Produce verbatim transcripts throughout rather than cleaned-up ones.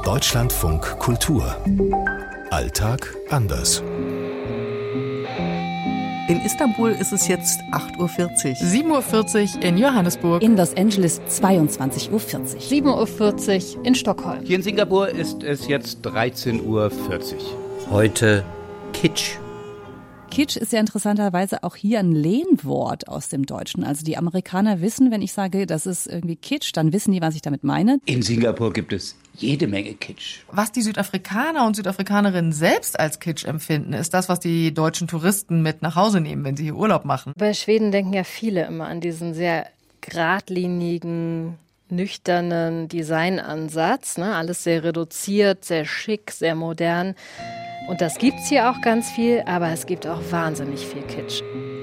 Deutschlandfunk Kultur. Alltag anders. In Istanbul ist es jetzt acht Uhr vierzig. sieben Uhr vierzig in Johannesburg. In Los Angeles zweiundzwanzig Uhr vierzig. sieben Uhr vierzig in Stockholm. Hier in Singapur ist es jetzt dreizehn Uhr vierzig. Heute Kitsch. Kitsch ist ja interessanterweise auch hier ein Lehnwort aus dem Deutschen. Also die Amerikaner wissen, wenn ich sage, das ist irgendwie Kitsch, dann wissen die, was ich damit meine. In Singapur gibt es jede Menge Kitsch. Was die Südafrikaner und Südafrikanerinnen selbst als Kitsch empfinden, ist das, was die deutschen Touristen mit nach Hause nehmen, wenn sie hier Urlaub machen. Bei Schweden denken ja viele immer an diesen sehr geradlinigen, nüchternen Designansatz. Ne? Alles sehr reduziert, sehr schick, sehr modern. Und das gibt's hier auch ganz viel, aber es gibt auch wahnsinnig viel Kitsch.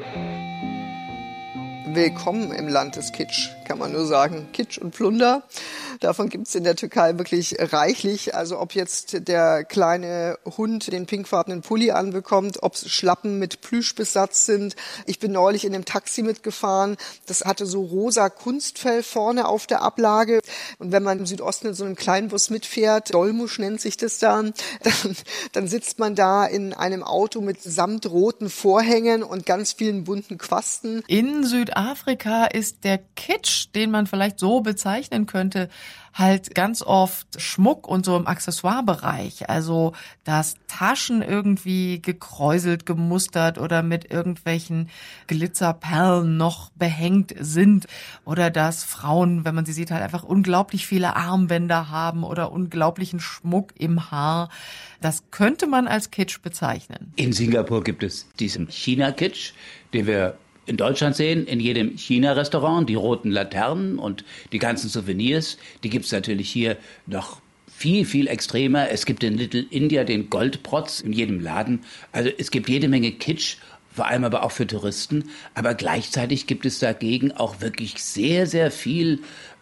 Willkommen im Land des Kitsch, kann man nur sagen. Kitsch und Plunder, davon gibt's in der Türkei wirklich reichlich. Also ob jetzt der kleine Hund den pinkfarbenen Pulli anbekommt, ob es Schlappen mit Plüschbesatz sind. Ich bin neulich in einem Taxi mitgefahren, das hatte so rosa Kunstfell vorne auf der Ablage. Und wenn man im Südosten in so einem kleinen Bus mitfährt, Dolmusch nennt sich das da, dann, dann sitzt man da in einem Auto mit samtroten Vorhängen und ganz vielen bunten Quasten. In Südafrika Afrika ist der Kitsch, den man vielleicht so bezeichnen könnte, halt ganz oft Schmuck und so im Accessoire-Bereich. Also, dass Taschen irgendwie gekräuselt, gemustert oder mit irgendwelchen Glitzerperlen noch behängt sind. Oder dass Frauen, wenn man sie sieht, halt einfach unglaublich viele Armbänder haben oder unglaublichen Schmuck im Haar. Das könnte man als Kitsch bezeichnen. In Singapur gibt es diesen China-Kitsch, den wir in Deutschland sehen, in jedem China-Restaurant, die roten Laternen und die ganzen Souvenirs, die gibt's natürlich hier noch viel, viel extremer. Es gibt in Little India den Goldprotz in jedem Laden. Also es gibt jede Menge Kitsch, vor allem aber auch für Touristen. Aber gleichzeitig gibt es dagegen auch wirklich sehr, sehr viel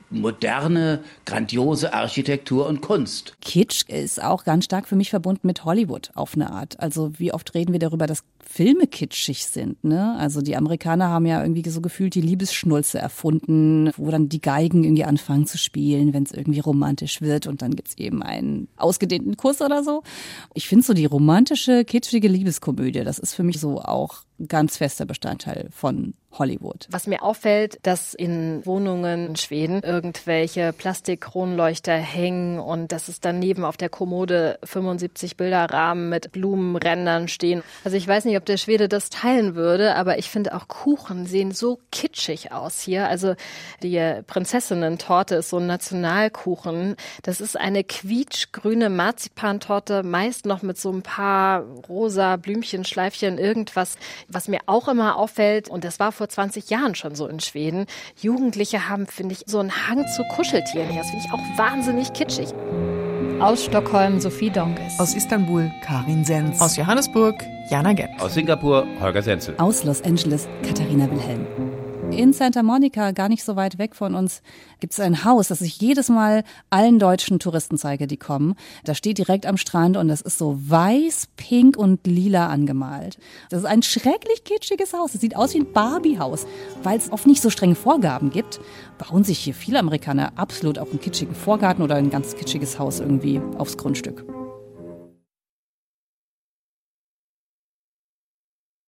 moderne, grandiose Architektur und Kunst. Kitsch ist auch ganz stark für mich verbunden mit Hollywood auf eine Art. Also wie oft reden wir darüber, dass Filme kitschig sind, ne? Also die Amerikaner haben ja irgendwie so gefühlt die Liebesschnulze erfunden, wo dann die Geigen irgendwie anfangen zu spielen, wenn es irgendwie romantisch wird und dann gibt's eben einen ausgedehnten Kuss oder so. Ich finde so die romantische, kitschige Liebeskomödie, das ist für mich so auch ganz fester Bestandteil von Hollywood. Was mir auffällt, dass in Wohnungen in Schweden irgendwelche Plastikkronleuchter hängen und dass es daneben auf der Kommode fünfundsiebzig Bilderrahmen mit Blumenrändern stehen. Also ich weiß nicht, ob der Schwede das teilen würde, aber ich finde auch Kuchen sehen so kitschig aus hier. Also die Prinzessinnen-Torte ist so ein Nationalkuchen. Das ist eine quietschgrüne Marzipantorte, meist noch mit so ein paar rosa Blümchen, Schleifchen, irgendwas. Was mir auch immer auffällt, und das war vor zwanzig Jahren schon so in Schweden, Jugendliche haben, finde ich, so einen Hang zu Kuscheltieren hier. Das finde ich auch wahnsinnig kitschig. Aus Stockholm Sophie Donges. Aus Istanbul Karin Senz. Aus Johannesburg Jana Gent. Aus Singapur Holger Senzel. Aus Los Angeles Katharina Wilhelm. In Santa Monica, gar nicht so weit weg von uns, gibt es ein Haus, das ich jedes Mal allen deutschen Touristen zeige, die kommen. Das steht direkt am Strand und das ist so weiß, pink und lila angemalt. Das ist ein schrecklich kitschiges Haus. Es sieht aus wie ein Barbie-Haus. Weil es oft nicht so strenge Vorgaben gibt, bauen sich hier viele Amerikaner absolut auch einen kitschigen Vorgarten oder ein ganz kitschiges Haus irgendwie aufs Grundstück.